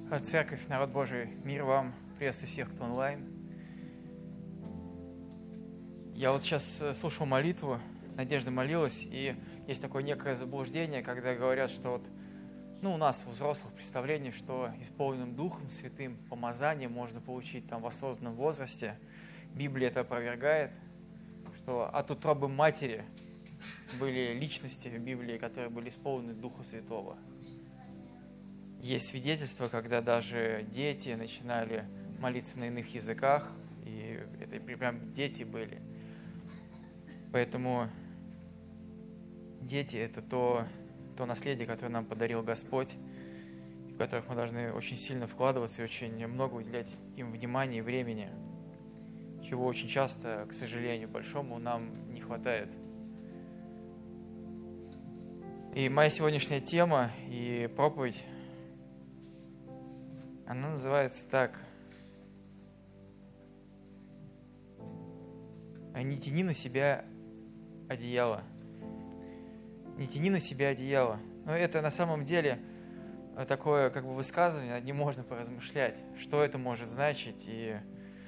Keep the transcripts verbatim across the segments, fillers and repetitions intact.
Церковь, народ Божий, мир вам, приветствую всех, кто онлайн. Я вот сейчас слушал молитву, Надежда молилась, и есть такое некое заблуждение, когда говорят, что вот, ну, у нас, у взрослых, представление, что исполненным Духом Святым помазание можно получить там в осознанном возрасте. Библия это опровергает, что от утробы матери были личности в Библии, которые были исполнены Духа Святого. Есть свидетельства, когда даже дети начинали молиться на иных языках, и это прям дети были. Поэтому дети – это то, то наследие, которое нам подарил Господь, в которых мы должны очень сильно вкладываться и очень много уделять им внимания и времени, чего очень часто, к сожалению, большому, нам не хватает. И моя сегодняшняя тема и проповедь, она называется так: «Не тяни на себя одеяло». Не тяни на себя одеяло. Но это на самом деле такое как бы высказывание, над ним можно поразмышлять, что это может значить и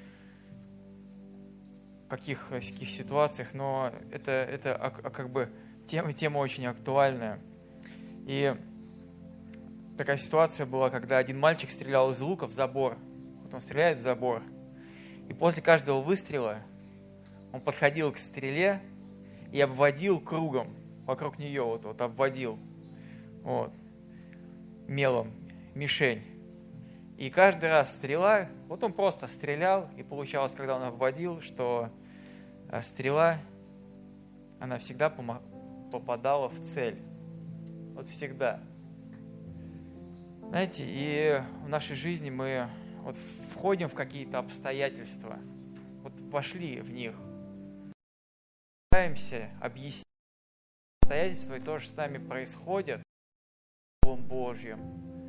в каких, в каких ситуациях, но это, это как бы тема, тема очень актуальная. И такая ситуация была, когда один мальчик стрелял из лука в забор. Вот он стреляет в забор. И после каждого выстрела он подходил к стреле и обводил кругом вокруг нее, вот, вот обводил вот, мелом мишень. И каждый раз стрела, вот он просто стрелял, и получалось, когда он обводил, что стрела, она всегда попадала в цель. Вот всегда. Знаете, и в нашей жизни мы вот входим в какие-то обстоятельства, вот вошли в них, пытаемся объяснить обстоятельства, и то же с нами происходит Словом Божьим,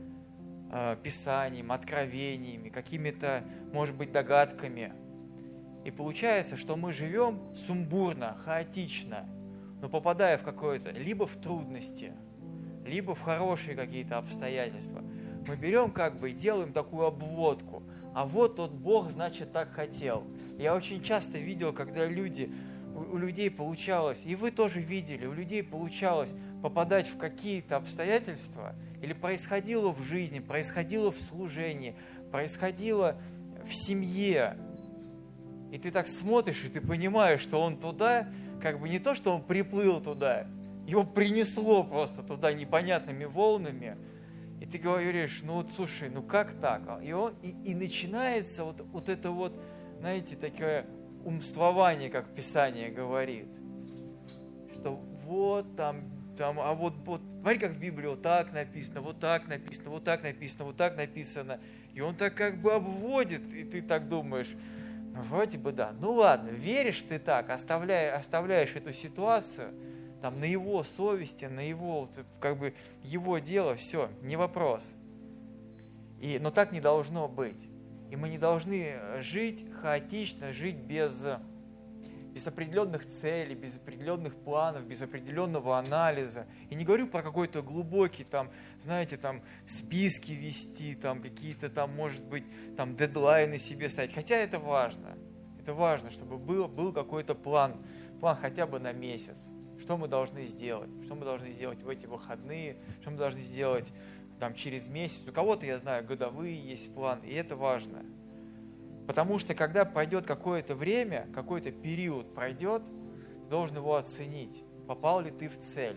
Писанием, откровениями, какими-то, может быть, догадками. И получается, что мы живем сумбурно, хаотично, но попадая в какое-то, либо в трудности, либо в хорошие какие-то обстоятельства, мы берем как бы и делаем такую обводку. А вот тот Бог, значит, так хотел. Я очень часто видел, когда люди, у, у людей получалось, и вы тоже видели, у людей получалось попадать в какие-то обстоятельства, или происходило в жизни, происходило в служении, происходило в семье. И ты так смотришь, и ты понимаешь, что он туда, как бы не то, что он приплыл туда, его принесло просто туда непонятными волнами. И ты говоришь, ну вот слушай, ну как так? И, он, и, и начинается вот, вот это вот, знаете, такое умствование, как Писание говорит. Что вот там, там, а вот, вот, смотри, как в Библии вот так написано, вот так написано, вот так написано, вот так написано. И он так как бы обводит, и ты так думаешь, ну вроде бы да. Ну ладно, веришь ты так, оставляешь, оставляешь эту ситуацию, там, на его совести, на его, как бы, его дело, все, не вопрос. И, но так не должно быть. И мы не должны жить хаотично, жить без, без определенных целей, без определенных планов, без определенного анализа. И не говорю про какой-то глубокий, там, знаете, там, списки вести, там, какие-то там, может быть, там, дедлайны себе ставить. Хотя это важно. Это важно, чтобы был, был какой-то план, план хотя бы на месяц. Что мы должны сделать? Что мы должны сделать в эти выходные? Что мы должны сделать там, через месяц? У кого-то, я знаю, годовые есть план, и это важно. Потому что, когда пройдет какое-то время, какой-то период пройдет, ты должен его оценить. Попал ли ты в цель?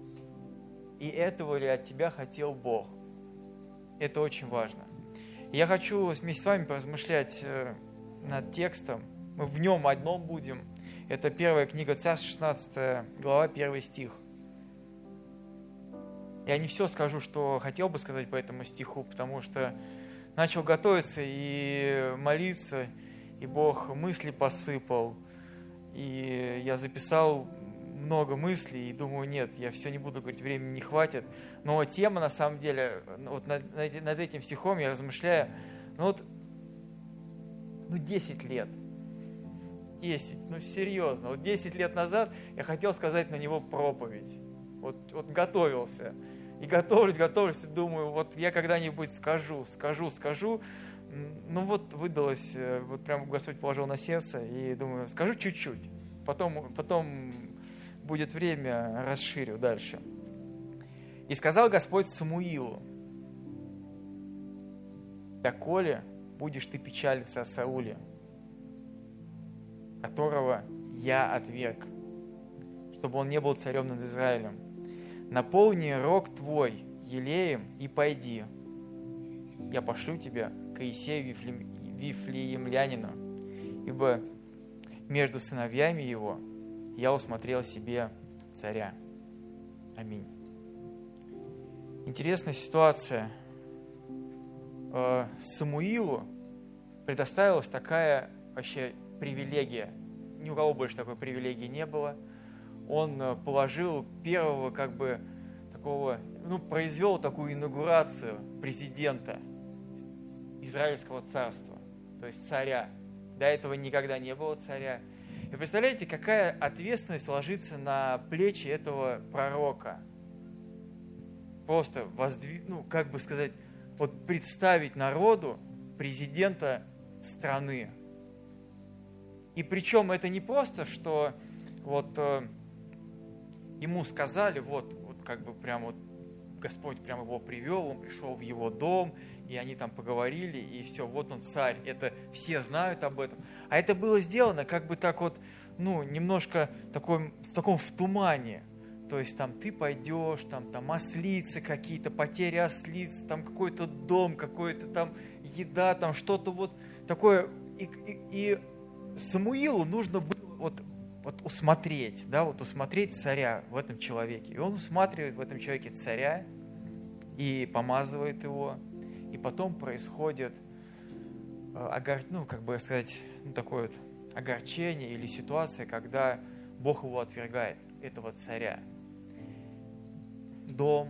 И этого ли от тебя хотел Бог? Это очень важно. И я хочу вместе с вами поразмышлять над текстом. Мы в нем одном будем. Это первая книга Царств, шестнадцатая глава, первый стих. Я не все скажу, что хотел бы сказать по этому стиху, потому что начал готовиться и молиться, и Бог мысли посыпал, и я записал много мыслей, и думаю, нет, я все не буду говорить, времени не хватит. Но тема, на самом деле, вот над, над этим стихом я размышляю, ну вот, ну десять лет. десять, ну серьезно, вот десять лет назад я хотел сказать на него проповедь, вот, вот готовился, И готовлюсь, готовлюсь, и думаю, вот я когда-нибудь скажу, скажу, скажу. Ну вот выдалось, вот прям Господь положил на сердце, и думаю, скажу чуть-чуть. Потом, потом будет время, расширю дальше. И сказал Господь Самуилу: «Доколе будешь ты печалиться о Сауле, которого я отверг, чтобы он не был царем над Израилем. Наполни рог твой елеем и пойди. Я пошлю тебя к Иисею Вифлеемлянину, ибо между сыновьями его я усмотрел себе царя». Аминь. Интересная ситуация. Самуилу предоставилась такая вообще привилегия. Ни у кого больше такой привилегии не было. Он положил первого, как бы, такого, ну, произвел такую инаугурацию президента Израильского царства, то есть царя. До этого никогда не было царя. И представляете, какая ответственность ложится на плечи этого пророка? Просто воздвиг, ну, как бы сказать, вот представить народу президента страны. И причем это не просто, что вот э, ему сказали, вот, вот как бы прям вот Господь прям его привел, он пришел в его дом, и они там поговорили, и все, вот он царь, это все знают об этом. А это было сделано как бы так вот, ну, немножко такой, в таком в тумане. То есть там ты пойдешь, там, там ослицы какие-то, потери ослиц, там какой-то дом, какой-то там еда, там что-то вот такое. И, и, и Самуилу нужно было вот, вот усмотреть, да, вот усмотреть царя в этом человеке. И он усматривает в этом человеке царя и помазывает его. И потом происходит, ну, как бы сказать, ну, такое вот огорчение или ситуация, когда Бог его отвергает, этого царя. Дом,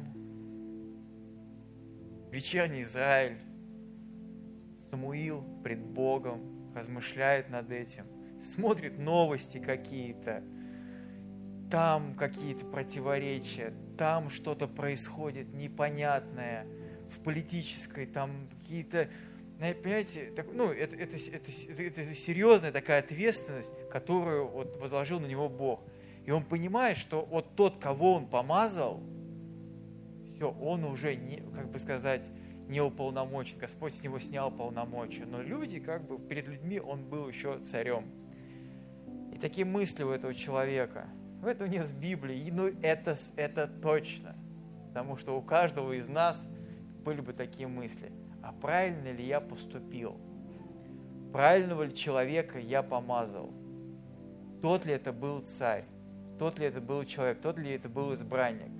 вечерний Израиль, Самуил пред Богом размышляет над этим, смотрит новости какие-то, там какие-то противоречия, там что-то происходит непонятное в политической, там какие-то, понимаете, так, ну, это, это, это, это, это серьезная такая ответственность, которую вот возложил на него Бог. И он понимает, что вот тот, кого он помазал, все, он уже, не, как бы сказать, не уполномочен. Господь с него снял полномочия. Но люди, как бы, перед людьми он был еще царем. И такие мысли у этого человека. В этом нет в Библии. Но это, это точно. Потому что у каждого из нас были бы такие мысли. А правильно ли я поступил? Правильного ли человека я помазал? Тот ли это был царь? Тот ли это был человек? Тот ли это был избранник?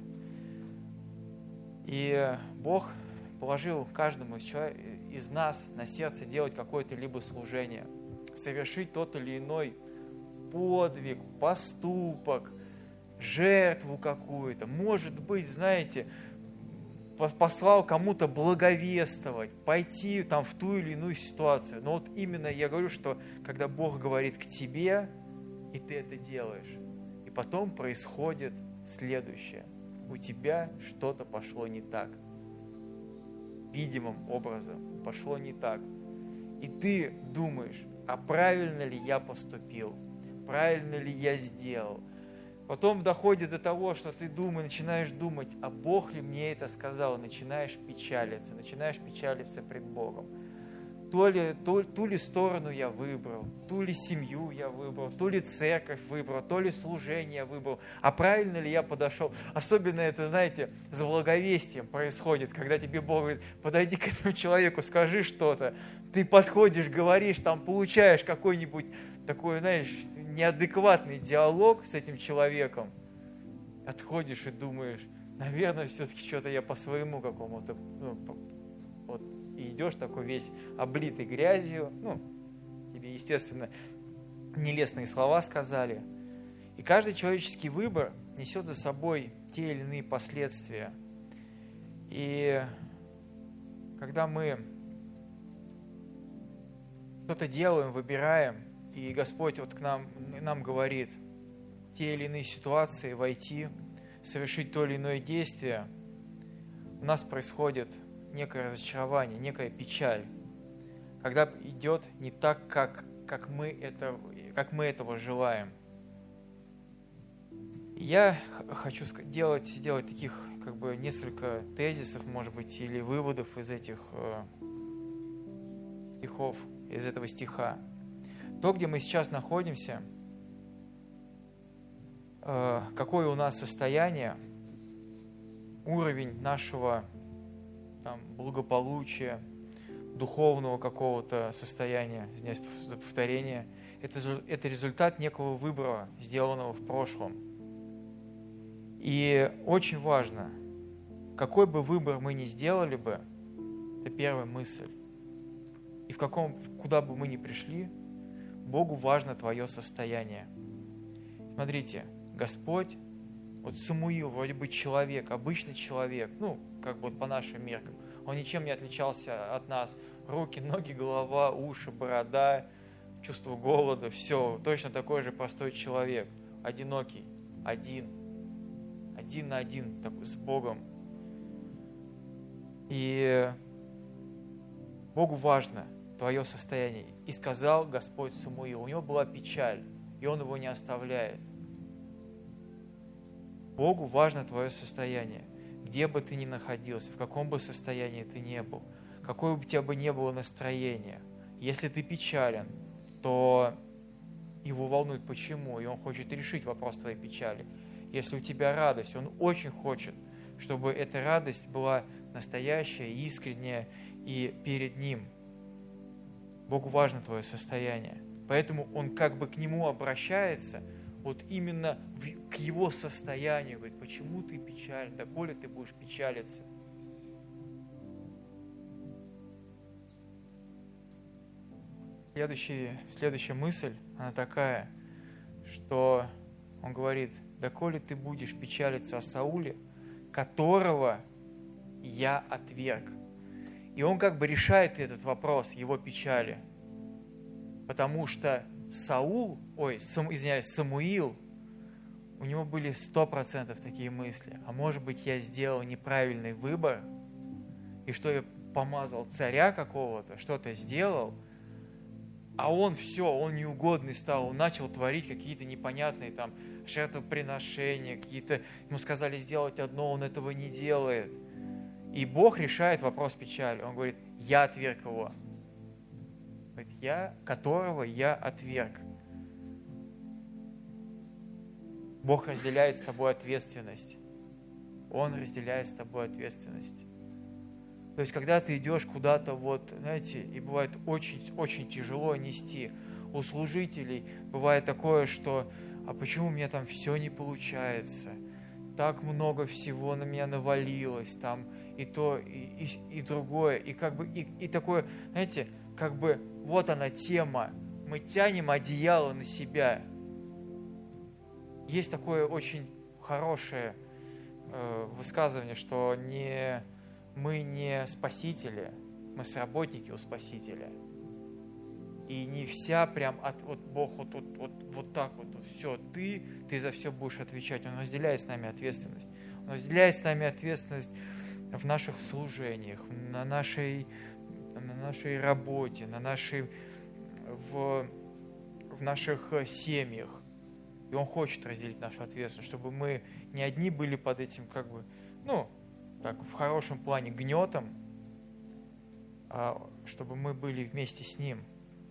И Бог положил каждому из, человек, из нас на сердце делать какое-то либо служение, совершить тот или иной подвиг, поступок, жертву какую-то. Может быть, знаете, послал кому-то благовествовать, пойти там в ту или иную ситуацию. Но вот именно я говорю, что когда Бог говорит к тебе, и ты это делаешь, и потом происходит следующее. У тебя что-то пошло не так. Видимым образом пошло не так. И ты думаешь, а правильно ли я поступил? Правильно ли я сделал? Потом доходит до того, что ты думаешь, начинаешь думать, а Бог ли мне это сказал? Начинаешь печалиться, начинаешь печалиться пред Богом. То ли, то, ту ли сторону я выбрал, ту ли семью я выбрал, ту ли церковь выбрал, то ли служение я выбрал. А правильно ли я подошел? Особенно это, знаете, с благовестием происходит, когда тебе Бог говорит, подойди к этому человеку, скажи что-то. Ты подходишь, говоришь, там получаешь какой-нибудь такой, знаешь, неадекватный диалог с этим человеком. Отходишь и думаешь, наверное, все-таки что-то я по своему какому-то, ну, вот, и идешь такой весь облитый грязью, ну, тебе, естественно, нелестные слова сказали. И каждый человеческий выбор несет за собой те или иные последствия. И когда мы что-то делаем, выбираем, и Господь вот к нам, нам говорит те или иные ситуации войти, совершить то или иное действие, у нас происходит некое разочарование, некая печаль, когда идет не так, как, как, мы, это, как мы этого желаем. Я хочу делать, сделать таких как бы несколько тезисов, может быть, или выводов из этих э, стихов, из этого стиха. То, где мы сейчас находимся, э, какое у нас состояние, уровень нашего там, благополучия, духовного какого-то состояния, извиняюсь за повторение, это, это результат некого выбора, сделанного в прошлом. И очень важно, какой бы выбор мы ни сделали бы, это первая мысль. И в каком, куда бы мы ни пришли, Богу важно твое состояние. Смотрите, Господь, вот Самуил, вроде бы человек, обычный человек, ну, как бы вот по нашим меркам, он ничем не отличался от нас. Руки, ноги, голова, уши, борода, чувство голода, все, точно такой же простой человек, одинокий, один. Один на один такой, с Богом. И Богу важно твое состояние. И сказал Господь Самуилу, у него была печаль, и он его не оставляет. Богу важно твое состояние. Где бы ты ни находился, в каком бы состоянии ты ни был, какое бы у тебя бы ни было настроение, если ты печален, то его волнует почему, и он хочет решить вопрос твоей печали. Если у тебя радость, он очень хочет, чтобы эта радость была настоящая, искренняя и перед ним. Богу важно твое состояние. Поэтому он как бы к нему обращается, вот именно в, к его состоянию. Говорит, почему ты печален, доколе ты будешь печалиться? Следующая, следующая мысль, она такая, что он говорит, доколе ты будешь печалиться о Сауле, которого я отверг. И он как бы решает этот вопрос, его печали. Потому что Саул, ой, Сам, извиняюсь, Самуил, у него были сто процентов такие мысли. А может быть, я сделал неправильный выбор, и что я помазал царя какого-то, что-то сделал, а он все, он неугодный стал, он начал творить какие-то непонятные там жертвоприношения, какие-то, ему сказали сделать одно, он этого не делает. И Бог решает вопрос печали. Он говорит, я отверг его. Говорит, я, которого я отверг. Бог разделяет с тобой ответственность. Он разделяет с тобой ответственность. То есть, когда ты идешь куда-то, вот, знаете, и бывает очень-очень тяжело нести. У служителей бывает такое, что а почему у меня там все не получается? Так много всего на меня навалилось, там и то, и, и, и другое. И как бы, и, и такое, знаете, как бы вот она тема. Мы тянем одеяло на себя. Есть такое очень хорошее э, высказывание, что не, мы не спасители, мы сработники у Спасителя. И не вся прям, от, вот Бог вот, вот, вот, вот так вот, вот, все, ты, ты за все будешь отвечать. Он разделяет с нами ответственность. Он разделяет с нами ответственность в наших служениях, на нашей, на нашей работе, на нашей, в, в наших семьях. И Он хочет разделить нашу ответственность, чтобы мы не одни были под этим, как бы, ну, так, в хорошем плане гнетом, а чтобы мы были вместе с Ним.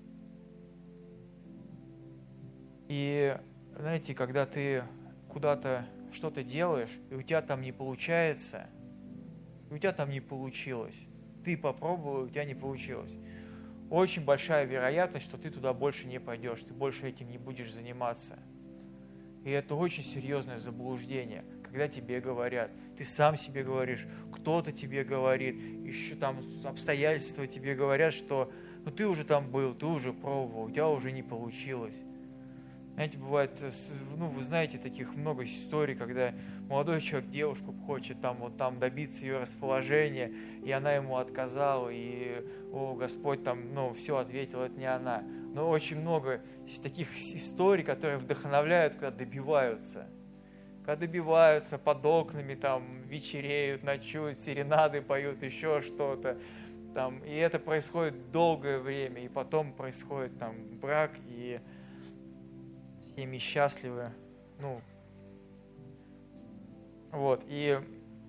И, знаете, когда ты куда-то что-то делаешь, и у тебя там не получается, и у тебя там не получилось, ты попробовал, и у тебя не получилось, очень большая вероятность, что ты туда больше не пойдешь, ты больше этим не будешь заниматься. И это очень серьезное заблуждение, когда тебе говорят, ты сам себе говоришь, кто-то тебе говорит, еще там обстоятельства тебе говорят, что ну, ты уже там был, ты уже пробовал, у тебя уже не получилось. Знаете, бывает, ну, вы знаете таких много историй, когда молодой человек девушку хочет там, вот, там добиться ее расположения, и она ему отказала, и, о, Господь там, ну, все ответил, это не она. Но очень много есть таких историй, которые вдохновляют, когда добиваются, когда добиваются под окнами, там вечереют, ночуют, серенады поют, еще что-то. Там, и это происходит долгое время, и потом происходит там брак, и семьи счастливы. Ну, вот, и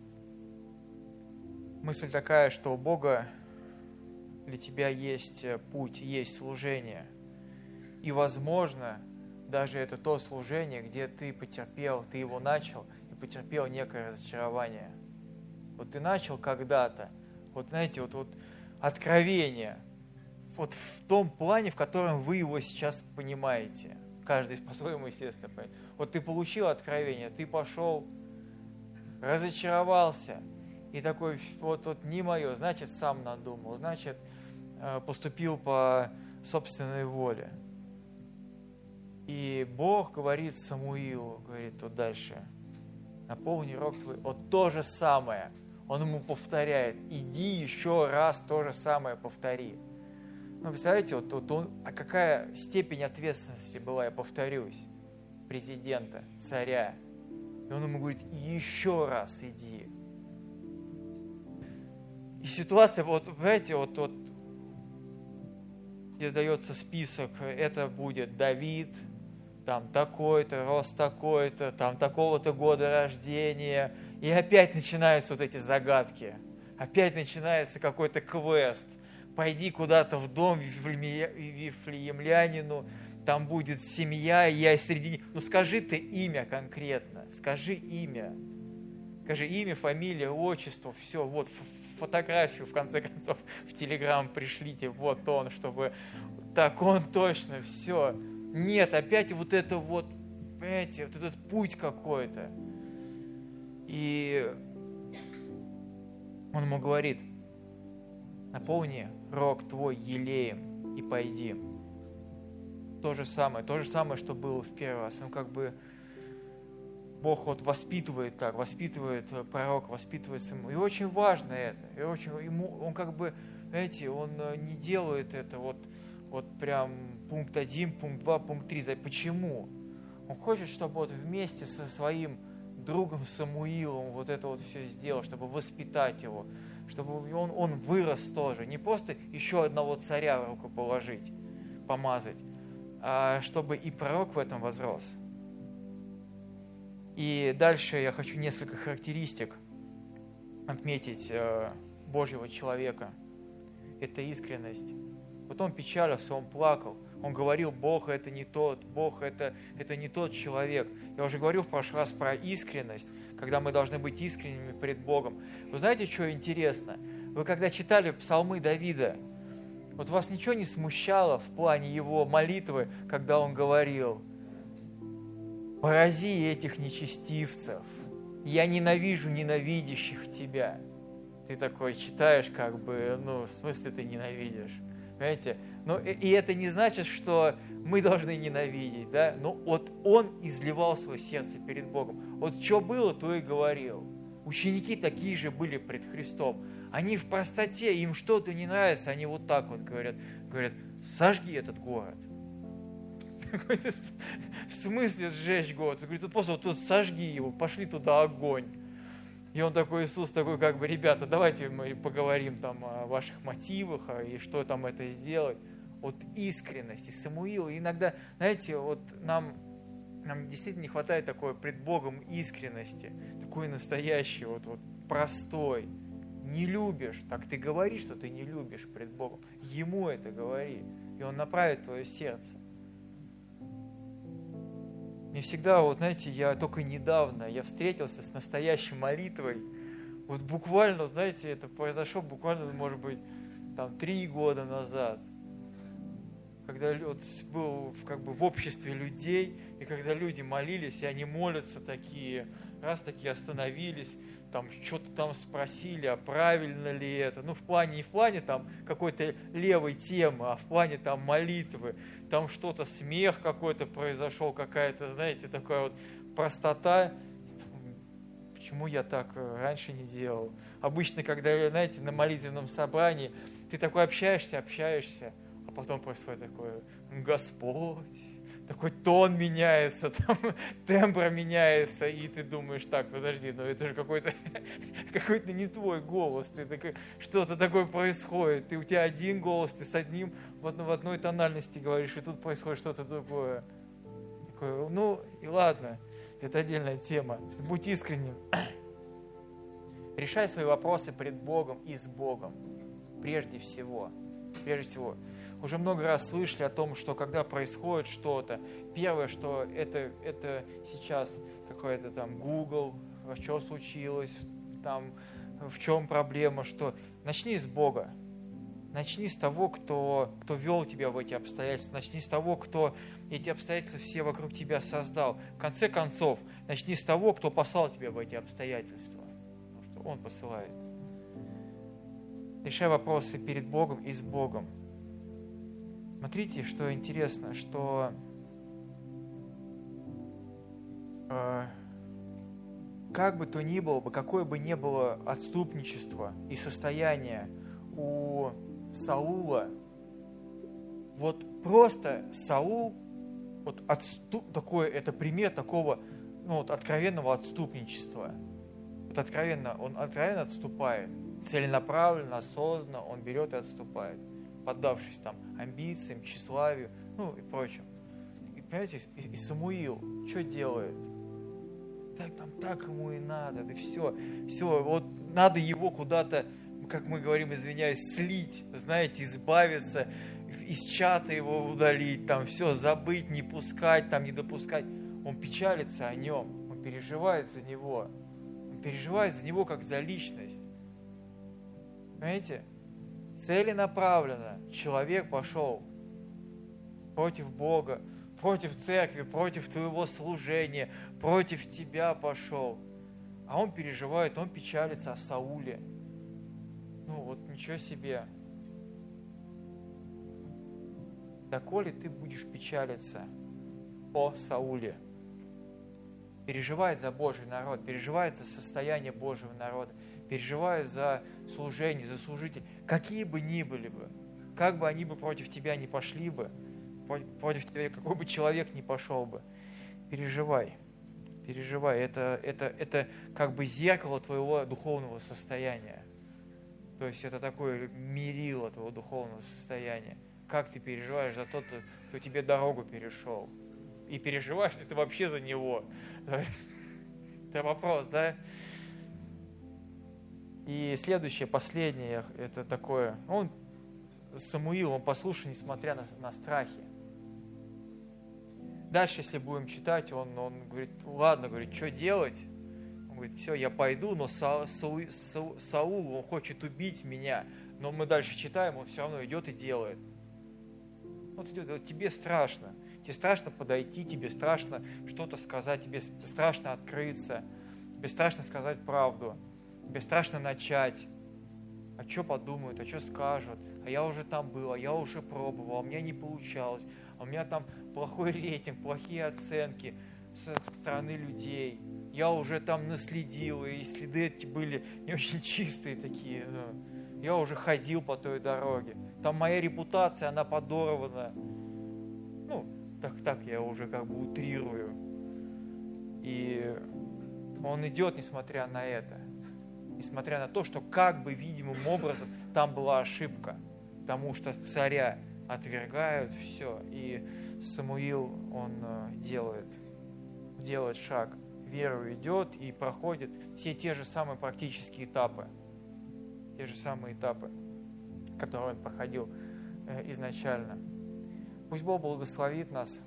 мысль такая, что у Бога для тебя есть путь, есть служение. И, возможно, даже это то служение, где ты потерпел, ты его начал и потерпел некое разочарование. Вот ты начал когда-то, вот знаете, вот, вот откровение, вот в том плане, в котором вы его сейчас понимаете. Каждый по-своему, естественно, понимает. Вот ты получил откровение, ты пошел, разочаровался, и такой, вот, вот не мое, значит, сам надумал, значит, поступил по собственной воле. И Бог говорит Самуилу, говорит вот дальше, наполни рог твой, вот то же самое. Он ему повторяет, иди еще раз то же самое повтори. Ну, представляете, вот, вот он, а какая степень ответственности была, я повторюсь, президента, царя. И он ему говорит, еще раз иди. И ситуация, вот, понимаете, вот, вот, где дается список, это будет Давид, там такой-то, рост такой-то, там такого-то года рождения. И опять начинаются вот эти загадки. Опять начинается какой-то квест. Пойди куда-то в дом вифлеемлянину, там будет семья, и я среди них. Ну скажи ты имя конкретно, скажи имя. Скажи имя, фамилия, отчество, все, вот фотографию, в конце концов, в Телеграм пришлите, вот он, чтобы так он точно, все. Нет, опять вот это вот, понимаете, вот этот путь какой-то. И он ему говорит, наполни рог твой елеем и пойди. То же самое, то же самое, что было в первый раз. Он как бы, Бог вот воспитывает так, воспитывает пророк, воспитывает саму. И очень важно это. И очень, ему, он как бы, знаете, он не делает это вот, вот прям пункт один, пункт два, пункт три. Почему? Он хочет, чтобы вот вместе со своим другом Самуилом вот это вот все сделал, чтобы воспитать его, чтобы он, он вырос тоже. Не просто еще одного царя в руку положить, помазать, а чтобы и пророк в этом возрос. И дальше я хочу несколько характеристик отметить э, Божьего человека. Это искренность. Вот он печалился, он плакал, он говорил, Бог это не тот, Бог это, это не тот человек. Я уже говорил в прошлый раз про искренность, когда мы должны быть искренними пред Богом. Вы знаете, что интересно? Вы когда читали псалмы Давида, вот вас ничего не смущало в плане его молитвы, когда он говорил, порази этих нечестивцев, я ненавижу ненавидящих тебя. Ты такой читаешь, как бы, ну, в смысле ты ненавидишь? Понимаете? Ну, и, и это не значит, что мы должны ненавидеть, да? Но вот он изливал свое сердце перед Богом. Вот что было, то и говорил. Ученики такие же были пред Христом. Они в простоте, им что-то не нравится, они вот так вот говорят, говорят, сожги этот город. В смысле сжечь город? Он говорит, просто вот тут сожги его, пошли туда огонь. И он такой, Иисус такой, как бы, ребята, давайте мы поговорим там о ваших мотивах, и что там это сделать. Вот искренность. И Самуил, и иногда, знаете, вот нам, нам действительно не хватает такой пред Богом искренности, такой настоящей, вот, вот простой. Не любишь, так ты говори, что ты не любишь пред Богом. Ему это говори, и Он направит твое сердце. Мне всегда, вот знаете, я только недавно, я встретился с настоящей молитвой. Вот буквально, знаете, это произошло буквально, может быть, там три года назад. Когда вот был как бы в обществе людей, и когда люди молились, и они молятся такие, раз такие остановились, там что-то там спросили, а правильно ли это. Ну, в плане, не в плане там какой-то левой темы, а в плане там молитвы. Там что-то, смех какой-то произошел, какая-то, знаете, такая вот простота. Почему я так раньше не делал? Обычно, когда, знаете, на молитвенном собрании, ты такой общаешься, общаешься, а потом происходит такое, Господь, такой тон меняется, там, тембр меняется, и ты думаешь, так, подожди, ну это же какой-то какой-то не твой голос, ты такой, что-то такое происходит, ты, у тебя один голос, ты с одним в, одно, в одной тональности говоришь, и тут происходит что-то другое. Такое, ну и ладно, это отдельная тема. Будь искренним. Решай свои вопросы пред Богом и с Богом. Прежде всего. Прежде всего. Уже много раз слышали о том, что когда происходит что-то, первое, что это, это сейчас какой-то там Google, что случилось, там, в чем проблема, что начни с Бога. Начни с того, кто, кто вел тебя в эти обстоятельства. Начни с того, кто эти обстоятельства все вокруг тебя создал. В конце концов, начни с того, кто послал тебя в эти обстоятельства. Потому что Он посылает. Решай вопросы перед Богом и с Богом. Смотрите, что интересно, что э, как бы то ни было, какое бы ни было отступничество и состояние у Саула, вот просто Саул, вот отступ, такое, это пример такого, ну, вот откровенного отступничества. Вот откровенно, он откровенно отступает, целенаправленно, осознанно он берет и отступает, поддавшись там амбициям, тщеславию, ну и прочим. И понимаете, и, и Самуил что делает? Так, там так ему и надо, да все, все, вот надо его куда-то, как мы говорим, извиняюсь, слить, знаете, избавиться, из чата его удалить, там все, забыть, не пускать, там не допускать. Он печалится о нем, он переживает за него, он переживает за него как за личность. Понимаете? Целенаправленно человек пошел против Бога, против церкви, против твоего служения, против тебя пошел. А он переживает, он печалится о Сауле. Ну вот ничего себе. Доколе ты будешь печалиться о Сауле? Переживает за Божий народ, переживает за состояние Божьего народа, переживает за служение, за служителей, какие бы ни были бы, как бы они бы против тебя не пошли бы, против тебя какой бы человек ни пошел бы, переживай, переживай. Это, это, это как бы зеркало твоего духовного состояния. То есть это такое мерило твоего духовного состояния. Как ты переживаешь за тот, кто тебе дорогу перешел. И переживаешь ли ты вообще за него? Это вопрос, да? И следующее, последнее, это такое. Он, Самуил, он послушен, несмотря на, на страхи. Дальше, если будем читать, он, он говорит, ладно, говорит, что делать? Он говорит, все, я пойду, но Са, Са, Са, Саул, он хочет убить меня. Но мы дальше читаем, он все равно идет и делает. Вот идет, вот тебе страшно. Тебе страшно подойти, тебе страшно что-то сказать, тебе страшно открыться, тебе страшно сказать правду, тебе страшно начать. А что подумают, а что скажут? А я уже там был, а я уже пробовал, а у меня не получалось, а у меня там плохой рейтинг, плохие оценки со стороны людей. Я уже там наследил, и следы эти были не очень чистые такие. Я уже ходил по той дороге. Там моя репутация, она подорвана. Ну, так, так я уже как бы утрирую. И он идет, несмотря на это. Несмотря на то, что как бы видимым образом там была ошибка. Потому что царя отвергают, все. И Самуил, он делает, делает шаг. Веру идет и проходит все те же самые практические этапы. Те же самые этапы, которые он проходил изначально. Пусть Бог благословит нас.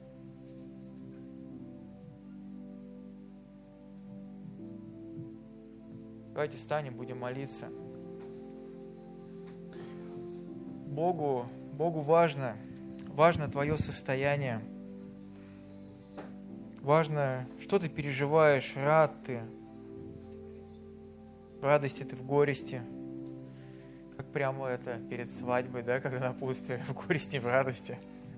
Давайте встанем, будем молиться. Богу, Богу важно, важно твое состояние. Важно, что ты переживаешь, рад ты, в радости ты, в горести. Как прямо это перед свадьбой, да, когда напутствие, в горести, в радости.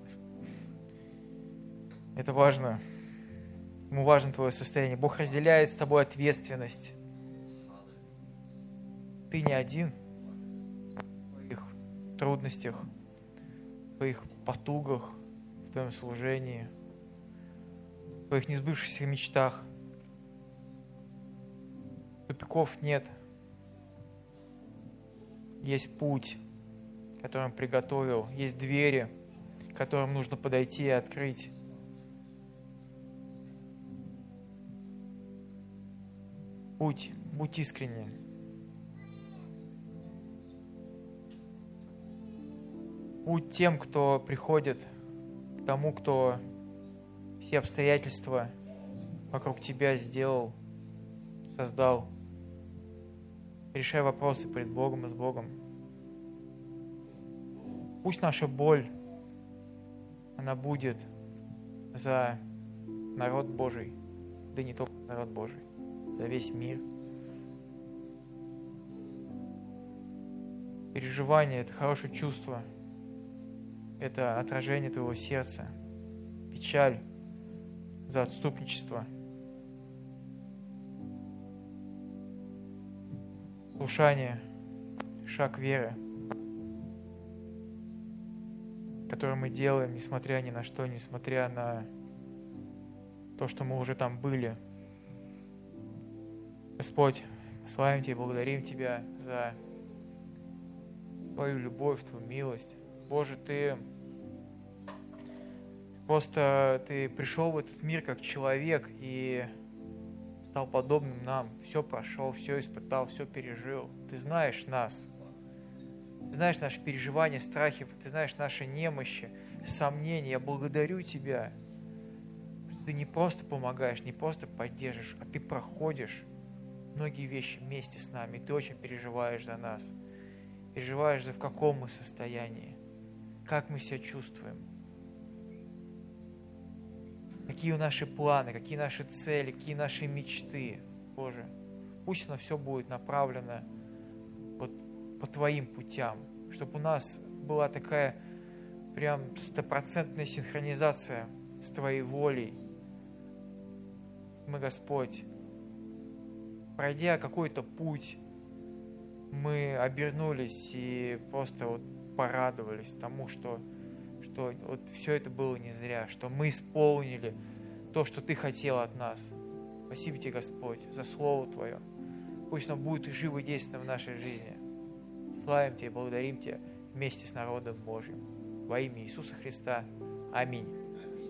Это важно. Ему важно твое состояние. Бог разделяет с тобой ответственность. Ты не один в твоих трудностях, в твоих потугах, в твоем служении. твоих несбывшихся мечтах. Тупиков нет. Есть путь, который Он приготовил, есть двери, к которым нужно подойти и открыть. Будь, будь искренен. Будь тем, кто приходит к тому, кто все обстоятельства вокруг тебя сделал, создал. Решай вопросы перед Богом и с Богом. Пусть наша боль, она будет за народ Божий, да не только народ Божий, за весь мир. Переживание – это хорошее чувство, это отражение твоего сердца. Печаль за отступничество. Слушание – шаг веры, который мы делаем, несмотря ни на что, несмотря на то, что мы уже там были. Господь, славим Тебя и благодарим Тебя за Твою любовь, Твою милость. Боже, Ты просто Ты пришел в этот мир как человек и стал подобным нам. Все прошел, все испытал, все пережил. Ты знаешь нас. Ты знаешь наши переживания, страхи, Ты знаешь наши немощи, сомнения. Я благодарю Тебя, что Ты не просто помогаешь, не просто поддерживаешь, а Ты проходишь многие вещи вместе с нами. И Ты очень переживаешь за нас. Переживаешь за в каком мы состоянии, как мы себя чувствуем, какие наши планы, какие наши цели, какие наши мечты. Боже, пусть оно все будет направлено вот по Твоим путям, чтобы у нас была такая прям стопроцентная синхронизация с Твоей волей. Мы, Господь, пройдя какой-то путь, мы обернулись и просто вот порадовались тому, что, что вот все это было не зря, что мы исполнили то, что Ты хотел от нас. Спасибо Тебе, Господь, за Слово Твое. Пусть оно будет живо и действенно в нашей жизни. Славим Тебя и благодарим Тебя вместе с народом Божьим. Во имя Иисуса Христа. Аминь.